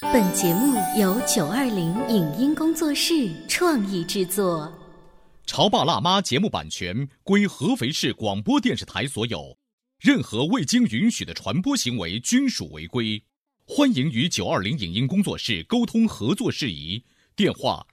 本节目由920影音工作室创意制作。 潮爸辣妈节目版权归合肥市广播电视台所有，任何未经允许的传播行为均属违规。欢迎与920影音工作室沟通合作事宜，电话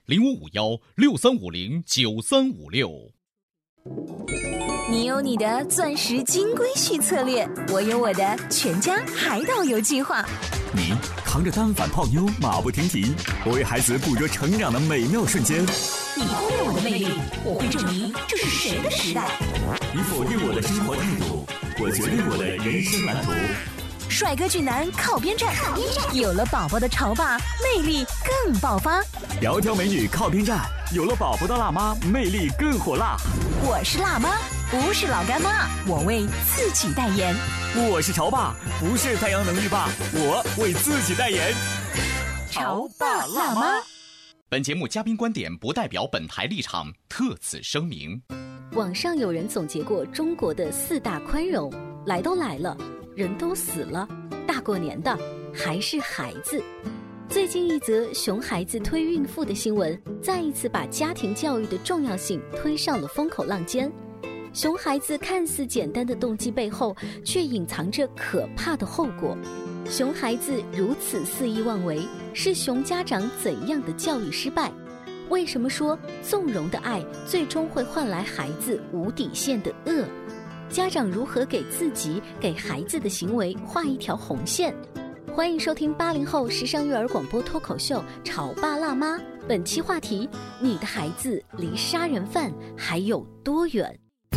055163509356。 你有你的钻石金龟婿策略，我有我的全家海岛游计划。 你扛着单反泡妞马不停蹄，我为孩子捕捉成长的美妙瞬间。 你忽略我的魅力，我会证明这是谁的时代。 你否定我的生活态度，我决定我的人生蓝图。 帅哥俊男靠边站，有了宝宝的潮爸魅力更爆发。 窈窕美女靠边站，有了宝宝的辣妈魅力更火辣。 我是辣妈，不是老干妈，我为自己代言。 我是潮爸，不是太阳能浴霸，我为自己代言。 潮爸辣妈。 本节目嘉宾观点不代表本台立场，特此声明。 网上有人总结过中国的4大宽容，来都来了，人都死了，大过年的还是孩子。最近一则熊孩子推孕妇的新闻，再一次把家庭教育的重要性推上了风口浪尖。熊孩子看似简单的动机背后，却隐藏着可怕的后果。熊孩子如此肆意妄为，是熊家长怎样的教育失败？为什么说纵容的爱最终会换来孩子无底线的恶？家长如何给自己、给孩子的行为画一条红线？欢迎收听80后时尚育儿广播脱口秀《潮爸辣妈》，本期话题：你的孩子离杀人犯还有多远？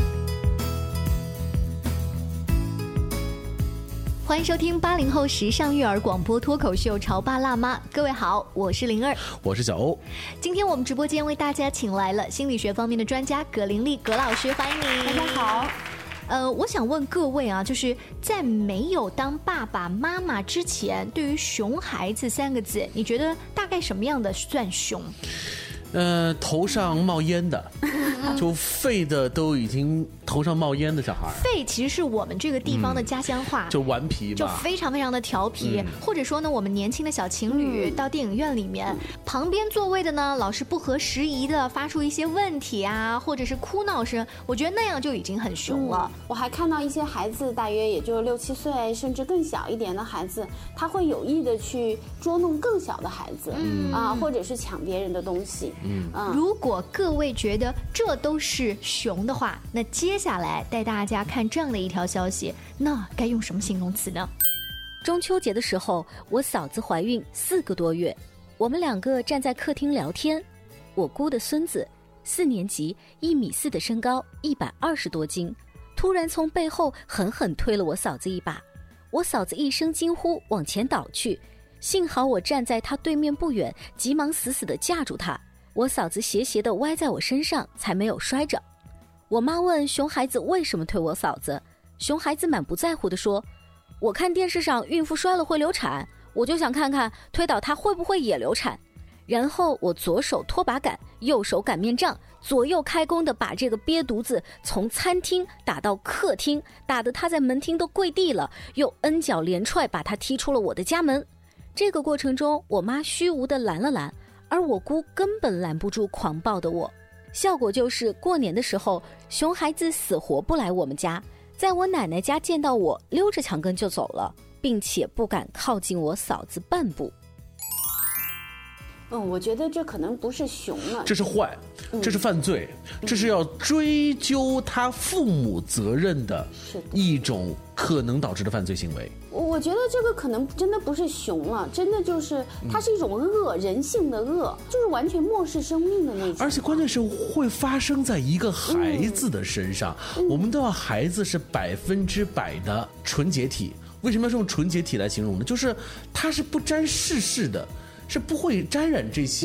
欢迎收听80后时尚育儿广播脱口秀《潮爸辣妈》，各位好，我是灵儿， 我是小欧。 今天我们直播间为大家请来了心理学方面的专家葛玲丽葛老师，欢迎你。 大家好。 我想问各位啊，就是在没有当爸爸妈妈之前，对于熊孩子3个字，你觉得大概什么样的算熊？ 头上冒烟的，就肺的都已经头上冒烟的小孩。 肺其实是我们这个地方的家乡话， 就顽皮嘛， 就非常非常的调皮。或者说呢，我们年轻的小情侣到电影院里面，旁边座位的呢老是不合时宜的发出一些问题啊，或者是哭闹声，我觉得那样就已经很熊了。 我还看到一些孩子，大约也就6、7岁，甚至更小一点的孩子，他会有意的去捉弄更小的孩子，或者是抢别人的东西。 如果各位觉得这都是熊的话，那接下来带大家看这样的一条消息，那该用什么形容词呢？ 中秋节的时候，我嫂子怀孕4个多月，我们2个站在客厅聊天。我姑的孙子4年级，1.4米的身高，120多斤，突然从背后狠狠推了我嫂子一把，我嫂子一声惊呼往前倒去，幸好我站在她对面不远，急忙死死地架住她，我嫂子斜斜地歪在我身上，才没有摔着。我妈问熊孩子为什么推我嫂子，熊孩子满不在乎地说，我看电视上孕妇摔了会流产，我就想看看推倒她会不会也流产。然后我左手拖把杆，右手擀面杖，左右开弓地把这个瘪犊子从餐厅打到客厅，打得他在门厅都跪地了，又N脚连踹把他踢出了我的家门。这个过程中，我妈虚无地拦了拦，而我姑根本拦不住狂暴的我。效果就是过年的时候，熊孩子死活不来我们家，在我奶奶家见到我，溜着墙根就走了，并且不敢靠近我嫂子半步。 我觉得这可能不是熊了， 这是坏，这是犯罪，这是要追究他父母责任的一种可能导致的犯罪行为。 我觉得这个可能真的不是熊了，真的就是它是一种恶，人性的恶，就是完全漠视生命的那种。 而且关键是会发生在一个孩子的身上。我们都要孩子是100%的纯洁体。为什么要用纯洁体来形容呢？就是它是不沾世事的，是不会沾染这些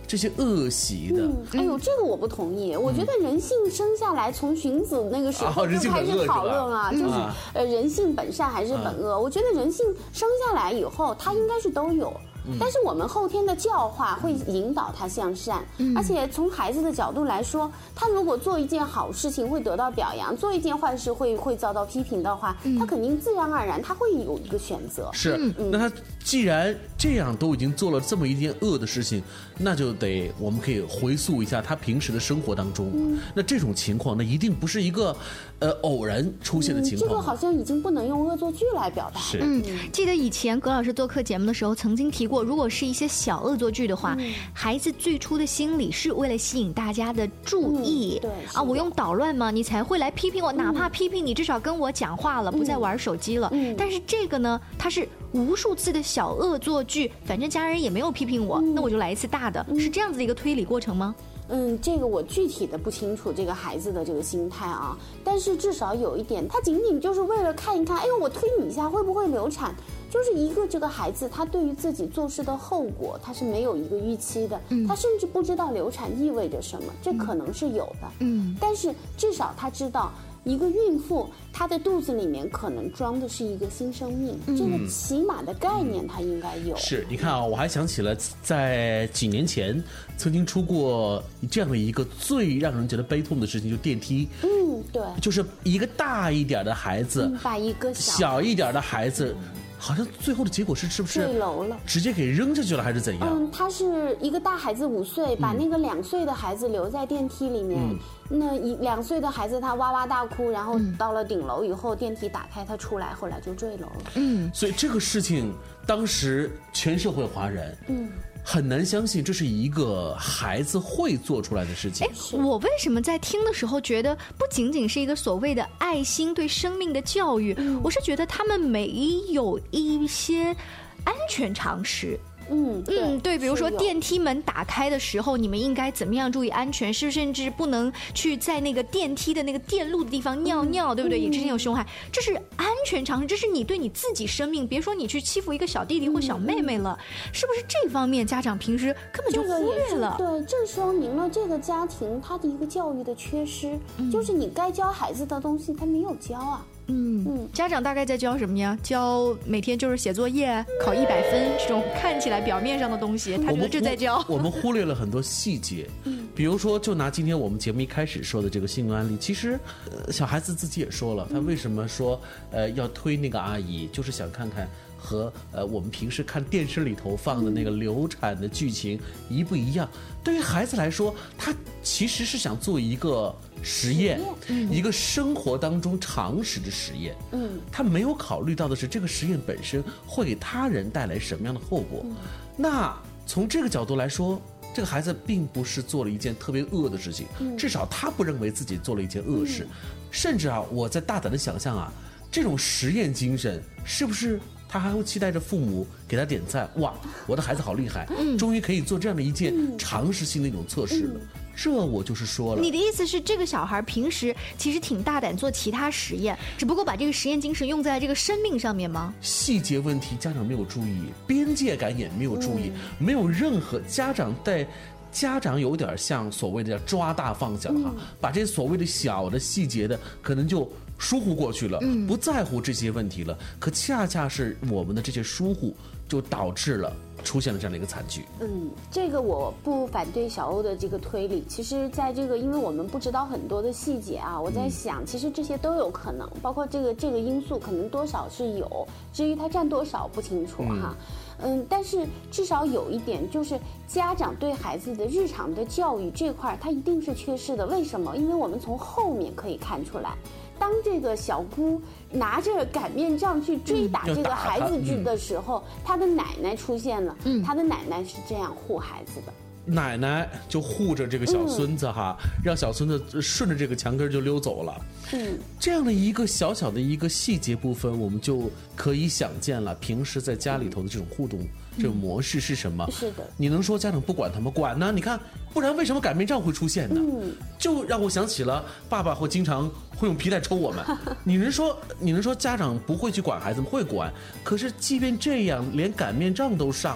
这些恶习的。 哎呦，这个我不同意。我觉得人性生下来从荀子那个时候就开始讨论了，就是人性本善还是本恶。我觉得人性生下来以后，它应该是都有。但是我们后天的教化会引导他向善，而且从孩子的角度来说，他如果做一件好事情会得到表扬，做一件坏事会遭到批评的话，他肯定自然而然他会有一个选择。 是，那他既然这样都已经做了这么一件恶的事情，那就得我们可以回溯一下他平时的生活当中，那这种情况那一定不是一个偶然出现的情况。 这个好像已经不能用恶作剧来表达。 是， 记得以前葛老师做客节目的时候曾经提过，如果是一些小恶作剧的话，孩子最初的心理是为了吸引大家的注意， 对啊，我用捣乱嘛，你才会来批评我，哪怕批评你，至少跟我讲话了，不再玩手机了。但是这个呢，它是无数次的小恶作剧，反正家人也没有批评我，那我就来一次大的，是这样子的一个推理过程吗？ 这个我具体的不清楚这个孩子的这个心态啊，但是至少有一点，他仅仅就是为了看一看，哎呦，我推你一下会不会流产？就是一个这个孩子，他对于自己做事的后果，他是没有一个预期的，他甚至不知道流产意味着什么，这可能是有的，但是至少他知道。一个孕妇，她的肚子里面可能装的是一个新生命，这个起码的概念她应该有。 是，你看啊，我还想起了在几年前曾经出过这样的一个最让人觉得悲痛的事情，就电梯。 对， 就是一个大一点的孩子， 把一个小一点的孩子。好像最后的结果是不是坠楼了， 直接给扔下去了，还是怎样？ 他是一个大孩子5岁，把那个2岁的孩子留在电梯里面。那2岁的孩子他哇哇大哭，然后到了顶楼以后，电梯打开，他出来，后来就坠楼了。 所以这个事情当时全社会哗然。很难相信这是一个孩子会做出来的事情。 我为什么在听的时候觉得不仅仅是一个所谓的爱心对生命的教育，我是觉得他们没有一些安全常识。对，比如说电梯门打开的时候，你们应该怎么样注意安全？是不是甚至不能去在那个电梯的那个电路的地方尿尿，对不对？也之前有凶害，这是安全常识，这是你对你自己生命，别说你去欺负一个小弟弟或小妹妹了，是不是这方面家长平时根本就忽略了？ 对，这说明了这个家庭他的一个教育的缺失，就是你该教孩子的东西他没有教啊。 家长大概在教什么呀？教每天就是写作业、考100分这种看起来表面上的东西，他觉得这在教。 我们忽略了很多细节，比如说，就拿今天我们节目一开始说的这个新闻案例，其实，小孩子自己也说了，他为什么说要推那个阿姨，就是想看看和我们平时看电视里头放的那个流产的剧情一不一样。对于孩子来说，他其实是想做一个实验，一个生活当中常识的实验。他没有考虑到的是这个实验本身会给他人带来什么样的后果。那从这个角度来说，这个孩子并不是做了一件特别恶的事情，至少他不认为自己做了一件恶事。甚至啊，我在大胆的想象啊，这种实验精神是不是他还会期待着父母给他点赞？哇，我的孩子好厉害，终于可以做这样的一件常识性的一种测试了。这我就是说了， 你的意思是这个小孩平时其实挺大胆做其他实验，只不过把这个实验精神用在这个生命上面吗？ 细节问题家长没有注意，边界感也没有注意，没有任何家长有点像所谓的抓大放小哈，把这所谓的小的细节的可能就疏忽过去了，不在乎这些问题了。可恰恰是我们的这些疏忽，就导致了出现了这样的一个惨剧。 这个我不反对小欧的这个推理。其实在这个因为我们不知道很多的细节啊，我在想其实这些都有可能，包括这个因素可能多少是有，至于它占多少不清楚哈。但是至少有一点，就是家长对孩子的日常的教育这块，他一定是缺失的。为什么？因为我们从后面可以看出来，当这个小姑拿着擀面杖去追打这个孩子的时候，他的奶奶出现了。他的奶奶是这样护孩子的。 奶奶就护着这个小孙子哈，让小孙子顺着这个墙根就溜走了。这样的一个小小的一个细节部分，我们就可以想见了平时在家里头的这种互动这种模式是什么。是的，你能说家长不管他吗？管呢，你看，不然为什么擀面杖会出现呢？就让我想起了爸爸会经常会用皮带抽我们。你能说家长不会去管孩子吗？会管。可是即便这样，连擀面杖都上了，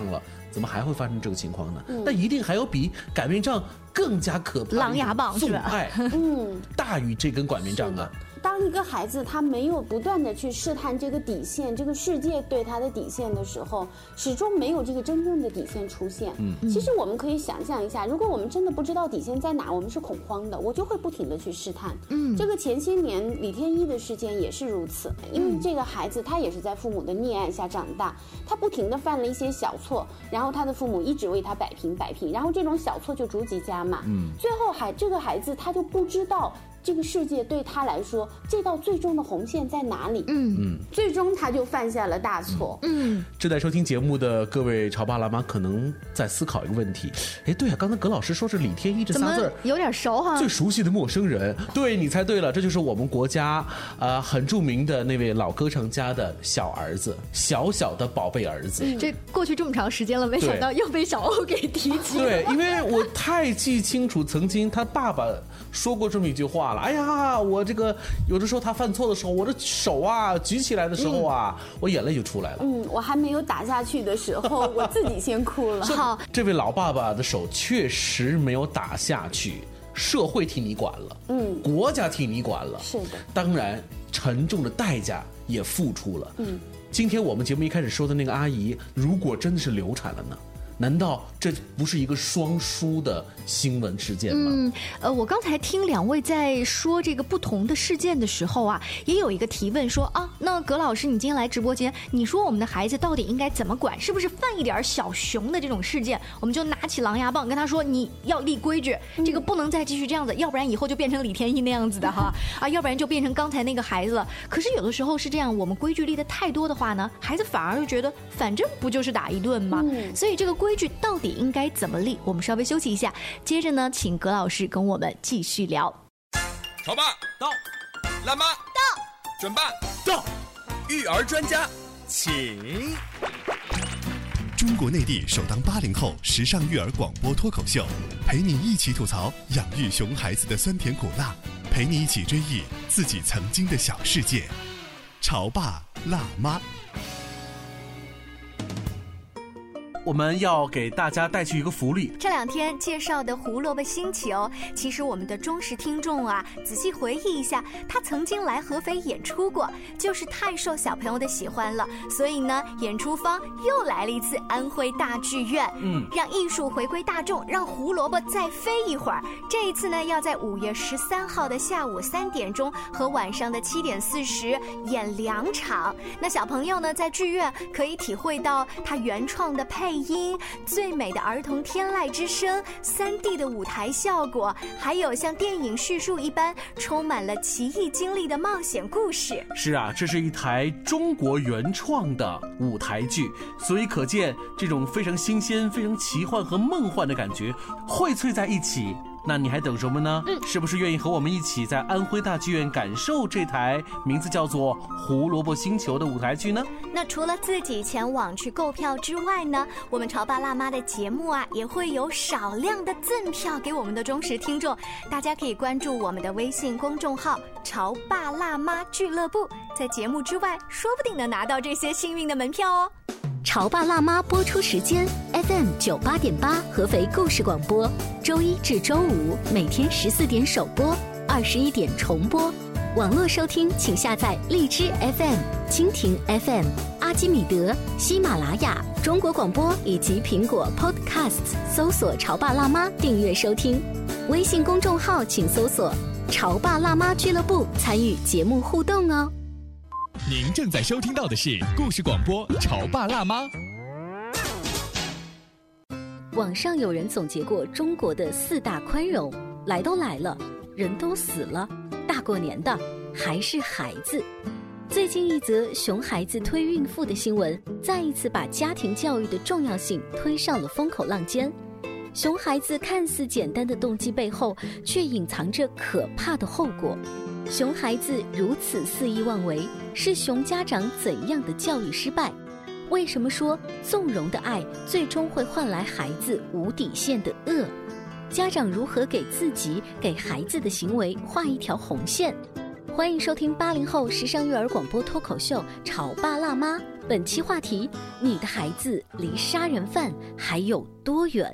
怎么还会发生这个情况呢？但一定还有比拐面杖更加可怕的狼牙棒纵爱，大于这根拐面杖啊。 当一个孩子他没有不断的去试探这个底线，这个世界对他的底线的时候，始终没有这个真正的底线出现。其实我们可以想象一下，如果我们真的不知道底线在哪，我们是恐慌的，我就会不停的去试探。这个前些年李天一的事件也是如此，因为这个孩子他也是在父母的溺爱下长大，他不停的犯了一些小错，然后他的父母一直为他摆平，然后这种小错就逐级加码，最后这个孩子他就不知道这个世界对他来说，这道最终的红线在哪里？最终他就犯下了大错。 正在收听节目的各位潮爸辣妈可能在思考一个问题，对啊，刚才葛老师说是李天一这仨字儿有点熟哈， 最熟悉的陌生人。对，你猜对了，这就是我们国家很著名的那位老歌唱家的小儿子，小小的宝贝儿子。 这过去这么长时间了，没想到又被小欧给提及了。 对，因为我太记清楚，曾经他爸爸说过这么一句话了。哎呀，我这个有的时候他犯错的时候，我的手啊举起来的时候啊，我眼泪就出来了。 我还没有打下去的时候，我自己先哭了。 好， 这位老爸爸的手确实没有打下去，社会替你管了，国家替你管了， 是的， 当然沉重的代价也付出了。今天我们节目一开始说的那个阿姨，如果真的是流产了呢？难道这不是一个双输的新闻事件吗？ 我刚才听两位在说这个不同的事件的时候啊，也有一个提问说啊，那葛老师，你今天来直播间，你说我们的孩子到底应该怎么管？是不是犯一点小熊的这种事件，我们就拿起狼牙棒跟他说，你要立规矩，这个不能再继续这样子，要不然以后就变成李天一那样子的哈要不然就变成刚才那个孩子了。可是有的时候是这样，我们规矩立得太多的话呢，孩子反而就觉得反正不就是打一顿吗？所以这个规矩到底应该怎么立？我们稍微休息一下，接着呢，请葛老师跟我们继续聊。 潮爸到，辣妈到，准爸到，育儿专家请。 中国内地首档80后时尚育儿广播脱口秀，陪你一起吐槽养育熊孩子的酸甜苦辣，陪你一起追忆自己曾经的小世界。潮爸辣妈。 我们要给大家带去一个福利。 这两天介绍的胡萝卜星球，其实我们的忠实听众啊，仔细回忆一下，他曾经来合肥演出过，就是太受小朋友的喜欢了，所以呢，演出方又来了一次安徽大剧院，让艺术回归大众，让胡萝卜再飞一会儿。这一次呢，要在5月13号的下午3点钟和晚上的7点40演2场。那小朋友呢，在剧院可以体会到他原创的配音、最美的儿童天籁之声、3D 的舞台效果，还有像电影叙述一般充满了奇异经历的冒险故事。 是啊，这是一台中国原创的舞台剧，所以可见这种非常新鲜、非常奇幻和梦幻的感觉荟萃在一起。那你还等什么呢？是不是愿意和我们一起在安徽大剧院感受这台名字叫做《胡萝卜星球》的舞台剧呢？ 那除了自己前往去购票之外呢，我们潮爸辣妈的节目啊，也会有少量的赠票给我们的忠实听众。大家可以关注我们的微信公众号“潮爸辣妈俱乐部”，在节目之外，说不定能拿到这些幸运的门票哦。 潮爸辣妈播出时间 FM 98.8合肥故事广播，周一至周五每天14点首播，21点重播。网络收听请下载荔枝 FM、蜻蜓 FM、阿基米德、喜马拉雅、中国广播以及苹果 Podcasts， 搜索潮爸辣妈订阅收听。微信公众号请搜索潮爸辣妈俱乐部，参与节目互动哦。 您正在收听到的是故事广播潮爸辣妈。 网上有人总结过中国的4大宽容，来都来了，人都死了，大过年的还是孩子。最近一则熊孩子推孕妇的新闻，再一次把家庭教育的重要性推上了风口浪尖。熊孩子看似简单的动机背后，却隐藏着可怕的后果。熊孩子如此肆意妄为，是熊家长怎样的教育失败？为什么说纵容的爱最终会换来孩子无底线的恶？家长如何给自己、给孩子的行为画一条红线？欢迎收听80后时尚育儿广播脱口秀《潮爸辣妈》， 本期话题：你的孩子离杀人犯还有多远？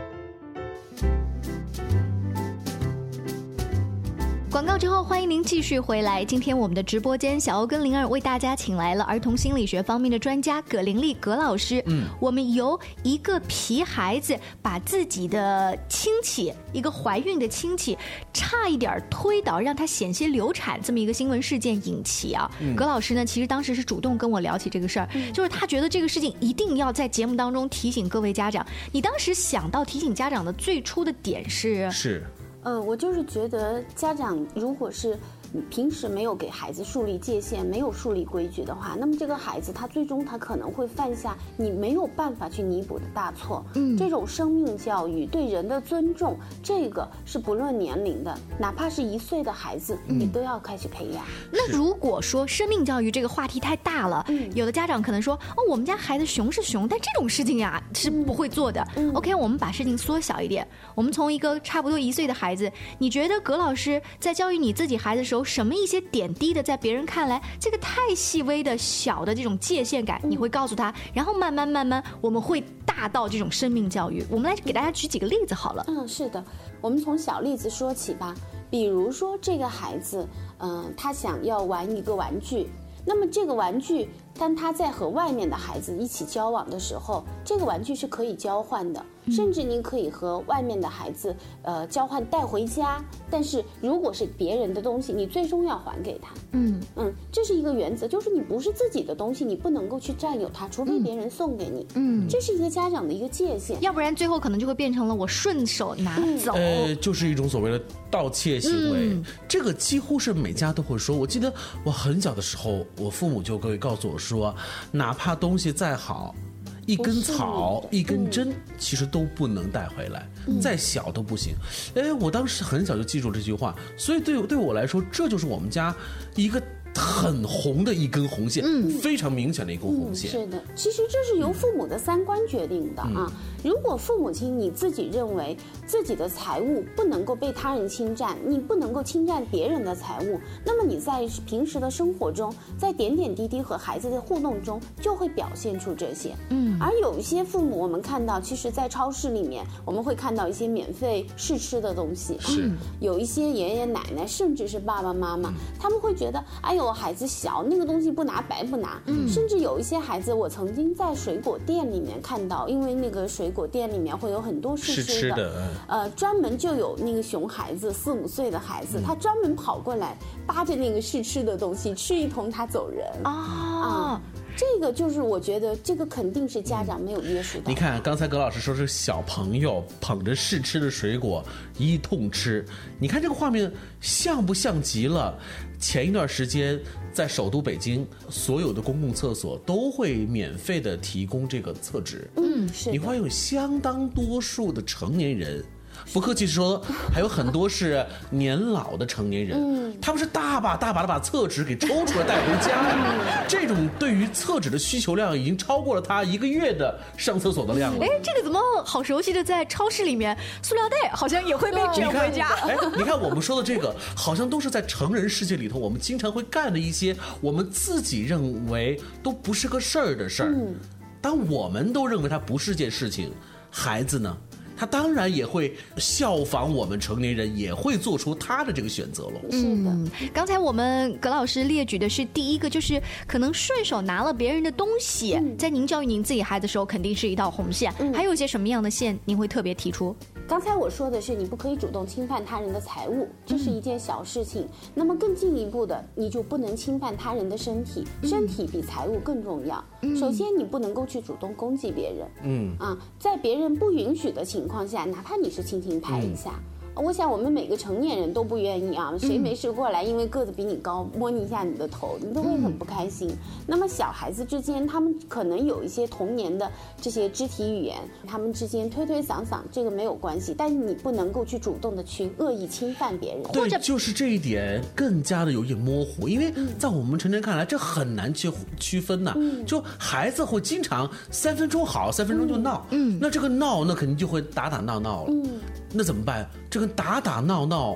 广告之后，欢迎您继续回来。今天我们的直播间，小欧跟灵儿为大家请来了儿童心理学方面的专家葛玲丽葛老师。我们由一个皮孩子把自己的亲戚，一个怀孕的亲戚，差一点推倒，让他险些流产这么一个新闻事件引起啊。葛老师呢，其实当时是主动跟我聊起这个事儿，就是他觉得这个事情一定要在节目当中提醒各位家长。你当时想到提醒家长的最初的点是？ 我就是觉得家长如果是平时没有给孩子树立界限，没有树立规矩的话，那么这个孩子他最终他可能会犯下你没有办法去弥补的大错。这种生命教育对人的尊重，这个是不论年龄的，哪怕是1岁的孩子，你都要开始培养。 那如果说生命教育这个话题太大了，有的家长可能说，我们家孩子熊是熊，但这种事情呀是不会做的。OK， 我们把事情缩小一点，我们从一个差不多1岁的孩子，你觉得葛老师在教育你自己孩子的时候，什么一些点滴的，在别人看来这个太细微的小的这种界限感，你会告诉他，然后慢慢我们会大到这种生命教育。我们来给大家举几个例子好了。 是的，我们从小例子说起吧。比如说这个孩子，他想要玩一个玩具，那么这个玩具当他在和外面的孩子一起交往的时候，这个玩具是可以交换的，甚至你可以和外面的孩子交换带回家，但是如果是别人的东西，你最终要还给他。这是一个原则，就是你不是自己的东西，你不能够去占有它，除非别人送给你。这是一个家长的一个界限， 要不然最后可能就会变成了我顺手拿走。 就是一种所谓的盗窃行为。这个几乎是每家都会说。我记得我很小的时候，我父母就会告诉我说，哪怕东西再好，一根草一根针其实都不能带回来，再小都不行。我当时很小就记住这句话，所以对我来说，这就是我们家一个很红的一根红线，非常明显的一根红线。 是的，其实这是由父母的三观决定的啊。如果父母亲你自己认为自己的财物不能够被他人侵占，你不能够侵占别人的财物，那么你在平时的生活中，在点点滴滴和孩子的互动中，就会表现出这些。而有一些父母，我们看到，其实在超市里面，我们会看到一些免费试吃的东西。有一些爷爷奶奶，甚至是爸爸妈妈，他们会觉得，哎呦，孩子小，那个东西不拿白不拿。甚至有一些孩子，我曾经在水果店里面看到，因为那个水果店里面会有很多试吃的，专门就有那个熊孩子，4、5岁的孩子，他专门跑过来扒着那个试吃的东西吃一通，他走人。这个就是我觉得这个肯定是家长没有约束到。 你看刚才葛老师说是小朋友捧着试吃的水果一通吃，你看这个画面像不像极了前一段时间在首都北京所有的公共厕所都会免费的提供这个厕纸。 是。 你会有相当多数的成年人，不客气说，还有很多是年老的成年人，他们是大把的把厕纸给抽出来带回家。这种对于厕纸的需求量已经超过了他1个月的上厕所的量了。 这个怎么好熟悉的，在超市里面，塑料袋好像也会被卷回家。 你看我们说的这个，好像都是在成人世界里头，我们经常会干的一些我们自己认为都不是个事儿的事儿。当我们都认为它不是件事情，孩子呢？他当然也会效仿我们成年人，也会做出他的这个选择了。 是的， 刚才我们葛老师列举的是第一个，就是可能顺手拿了别人的东西，在您教育您自己孩子的时候，肯定是一道红线。还有一些什么样的线您会特别提出？ 刚才我说的是你不可以主动侵犯他人的财物，这是一件小事情。那么更进一步的，你就不能侵犯他人的身体，身体比财物更重要。首先你不能够去主动攻击别人。在别人不允许的情况下，哪怕你是轻轻拍一下，我想我们每个成年人都不愿意啊，谁没事过来，因为个子比你高，摸你一下你的头，你都会很不开心。那么小孩子之间，他们可能有一些童年的这些肢体语言，他们之间推推搡搡，这个没有关系，但是你不能够去主动的去恶意侵犯别人。 对，就是这一点更加的有点模糊，因为在我们成人看来，这很难去区分呐。就孩子会经常3分钟好，3分钟就闹，那这个闹那肯定就会打打闹闹了。那怎么办？这个打打闹闹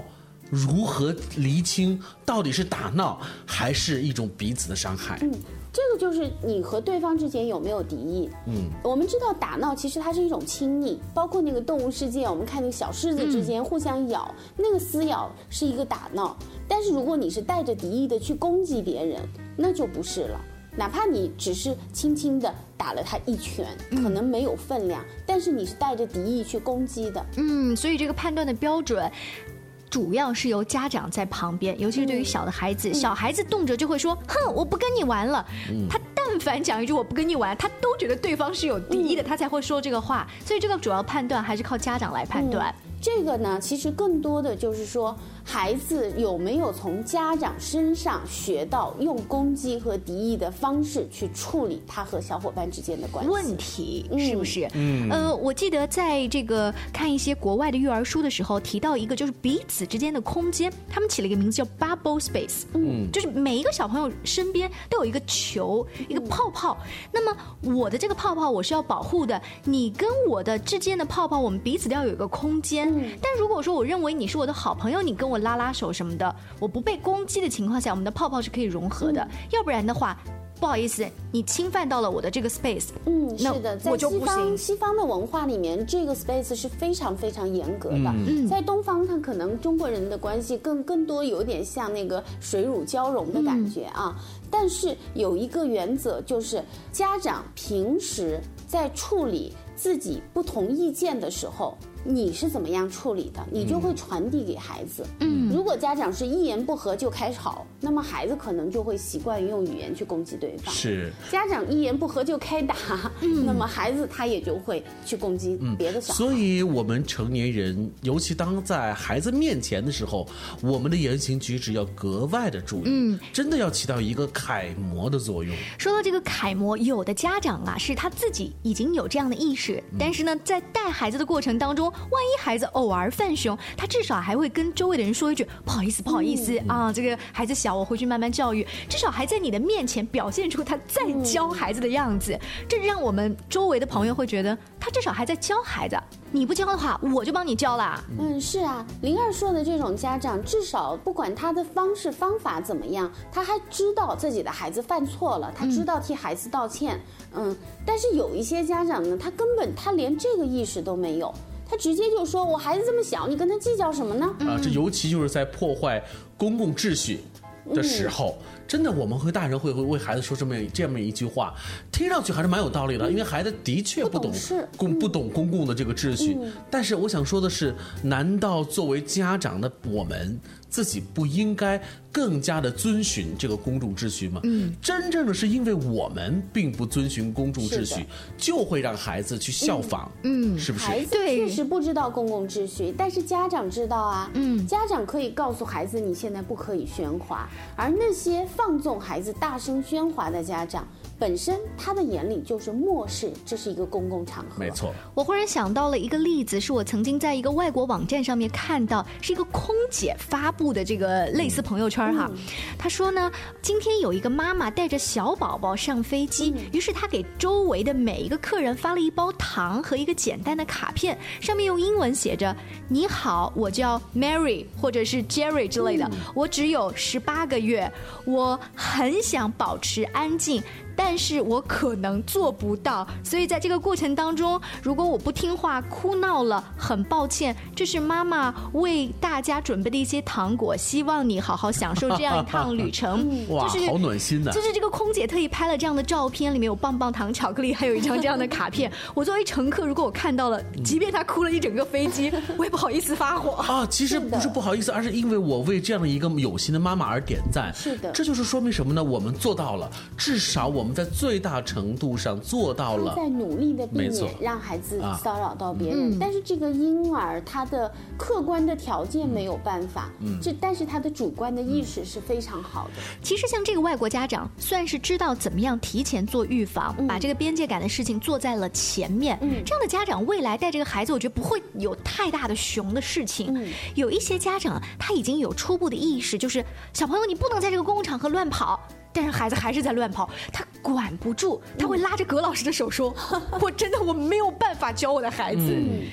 如何厘清到底是打闹还是一种彼此的伤害？ 这个就是你和对方之间有没有敌意。我们知道打闹其实它是一种亲昵，包括那个动物世界，我们看那个小狮子之间互相咬，那个撕咬是一个打闹。但是如果你是带着敌意的去攻击别人，那就不是了。哪怕你只是轻轻的打了他一拳，可能没有分量，但是你是带着敌意去攻击的。 所以这个判断的标准主要是由家长在旁边，尤其是对于小的孩子，小孩子动辄就会说哼，我不跟你玩了。他但凡讲一句我不跟你玩，他都觉得对方是有敌意的，他才会说这个话。所以这个主要判断还是靠家长来判断。 这个呢，其实更多的就是说，孩子有没有从家长身上学到用攻击和敌意的方式去处理他和小伙伴之间的关系问题，是不是？我记得在这个看一些国外的育儿书的时候，提到一个就是彼此之间的空间，他们起了一个名字叫 bubble space，就是每一个小朋友身边都有一个球，一个泡泡。那么我的这个泡泡我是要保护的，你跟我的之间的泡泡，我们彼此都要有一个空间。但如果说我认为你是我的好朋友，你跟我拉拉手什么的，我不被攻击的情况下，我们的泡泡是可以融合的。要不然的话，不好意思，你侵犯到了我的这个 space。 是的，在西方的文化里面，这个 space 是非常非常严格的。在东方，它可能中国人的关系更多有点像那个水乳交融的感觉啊。但是有一个原则，就是家长平时在处理自己不同意见的时候，你是怎么样处理的，你就会传递给孩子。如果家长是一言不合就开吵，那么孩子可能就会习惯于用语言去攻击对方。 是， 家长一言不合就开打，那么孩子他也就会去攻击别的小孩。 所以我们成年人，尤其当在孩子面前的时候，我们的言行举止要格外的注意，真的要起到一个楷模的作用。 说到这个楷模，有的家长啊是他自己已经有这样的意识，但是呢，在带孩子的过程当中，万一孩子偶尔犯凶，他至少还会跟周围的人说一句不好意思，不好意思啊，这个孩子小，我回去慢慢教育。至少还在你的面前表现出他在教孩子的样子，这让我们周围的朋友会觉得他至少还在教孩子。你不教的话，我就帮你教啦。 是啊，灵儿说的这种家长，至少不管他的方法怎么样，他还知道自己的孩子犯错了，他知道替孩子道歉。但是有一些家长呢，他连这个意识都没有。他直接就说：“我孩子这么小，你跟他计较什么呢？” 这尤其就是在破坏公共秩序的时候，真的我们大人会为孩子说这么一句话，听上去还是蛮有道理的，因为孩子的确不懂公共的这个秩序。但是我想说的是，难道作为家长的我们自己不应该更加的遵循这个公众秩序吗？真正的是因为我们并不遵循公众秩序，就会让孩子去效仿。是不是？ 孩子确实不知道公共秩序，但是家长知道啊。家长可以告诉孩子，你现在不可以喧哗。而那些放纵孩子大声喧哗的家长，本身他的眼里就是漠视这是一个公共场合。 没错。 我忽然想到了一个例子，是我曾经在一个外国网站上面看到，是一个空姐发布的这个类似朋友圈哈。他说呢，今天有一个妈妈带着小宝宝上飞机，于是他给周围的每一个客人发了一包糖和一个简单的卡片，上面用英文写着：你好，我叫 Mary 或者是 Jerry 之类的，我只有18个月，我很想保持安静，但是我可能做不到，所以在这个过程当中，如果我不听话哭闹了，很抱歉，这是妈妈为大家准备的一些糖果，希望你好好享受这样一趟旅程。 哇，好暖心呐！ 就是这个空姐特意拍了这样的照片，里面有棒棒糖、巧克力，还有一张这样的卡片。我作为乘客，如果我看到了，即便他哭了一整个飞机，我也不好意思发火啊。其实不是不好意思，而是因为我为这样的一个有心的妈妈而点赞。 是的， 这就是说明什么呢？我们做到了，至少我们在最大程度上做到了， 在努力的避免让孩子骚扰到别人。但是这个婴儿他的客观的条件没有办法，但是他的主观的意识是非常好的。 其实像这个外国家长，算是知道怎么样提前做预防，把这个边界感的事情做在了前面。这样的家长未来带这个孩子，我觉得不会有太大的熊的事情。有一些家长他已经有初步的意识，就是小朋友你不能在这个公共场合乱跑。但是孩子还是在乱跑，他管不住，他会拉着葛老师的手说：“我没有办法教我的孩子。”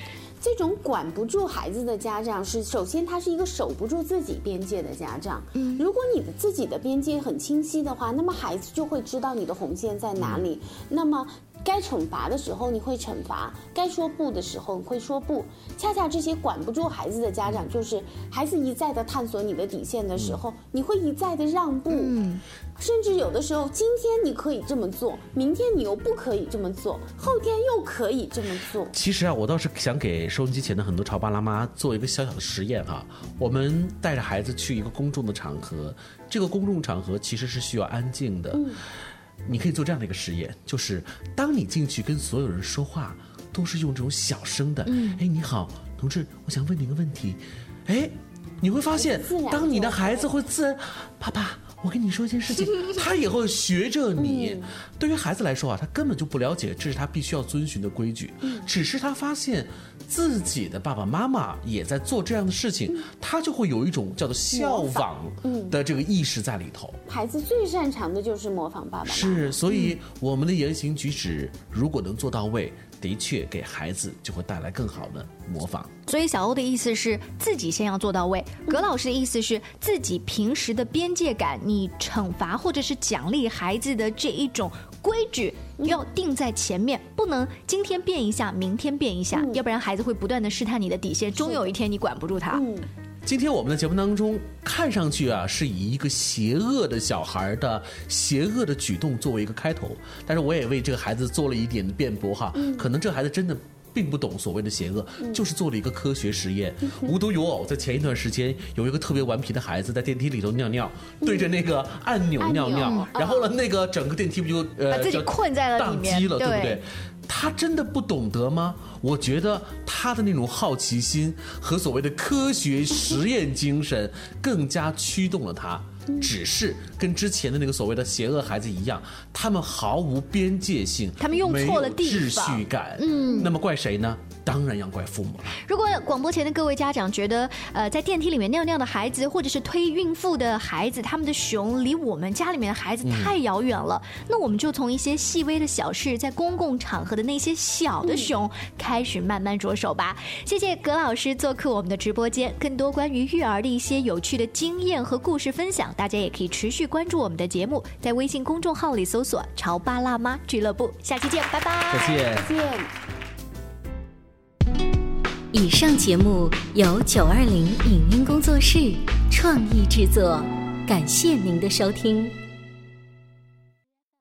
这种管不住孩子的家长是，首先他是一个守不住自己边界的家长。如果你的自己的边界很清晰的话，那么孩子就会知道你的红线在哪里。那么该惩罚的时候你会惩罚，该说不的时候会说不。恰恰这些管不住孩子的家长，就是孩子一再的探索你的底线的时候，你会一再的让步。甚至有的时候，今天你可以这么做，明天你又不可以这么做，后天又可以这么做。 其实啊，我倒是想给收音机前的很多潮爸辣妈做一个小小的实验哈。我们带着孩子去一个公众的场合，这个公众场合其实是需要安静的。你可以做这样的一个实验，就是当你进去跟所有人说话，都是用这种小声的，哎，你好，同志，我想问你一个问题，哎，你会发现，当你的孩子会自然，爸爸，我跟你说一件事情，他也会学着你。对于孩子来说啊，他根本就不了解这是他必须要遵循的规矩，只是他发现自己的爸爸妈妈也在做这样的事情，他就会有一种叫做效仿的这个意识在里头。 孩子最擅长的就是模仿爸爸妈妈。 是，所以我们的言行举止如果能做到位，的确给孩子就会带来更好的模仿。 所以小欧的意思是自己先要做到位，葛老师的意思是自己平时的边界感，你惩罚或者是奖励孩子的这一种规矩要定在前面，不能今天变一下，明天变一下，要不然孩子会不断的试探你的底线，终有一天你管不住他。 今天我们的节目当中，看上去啊是以一个邪恶的小孩的邪恶的举动作为一个开头，但是我也为这个孩子做了一点辩驳哈，可能这个孩子真的并不懂所谓的邪恶，就是做了一个科学实验。无独有偶，在前一段时间，有一个特别顽皮的孩子在电梯里头尿尿，对着那个按钮尿尿，然后呢，那个整个电梯不就把自己困在了里面， 宕机了，对不对？他真的不懂得吗？我觉得他的那种好奇心和所谓的科学实验精神更加驱动了他。只是跟之前的那个所谓的邪恶孩子一样，他们毫无边界性， 他们用错了地方， 没有秩序感。那么怪谁呢？当然要怪父母了。 如果广播前的各位家长觉得，在电梯里面尿尿的孩子，或者是推孕妇的孩子，他们的熊离我们家里面的孩子太遥远了，那我们就从一些细微的小事，在公共场合的那些小的熊开始慢慢着手吧。谢谢葛老师做客我们的直播间，更多关于育儿的一些有趣的经验和故事分享，大家也可以持续关注我们的节目，在微信公众号里搜索“潮爸辣妈俱乐部”。下期见，拜拜。 再见。 再见。 以上节目由920影音工作室创意制作，感谢您的收听。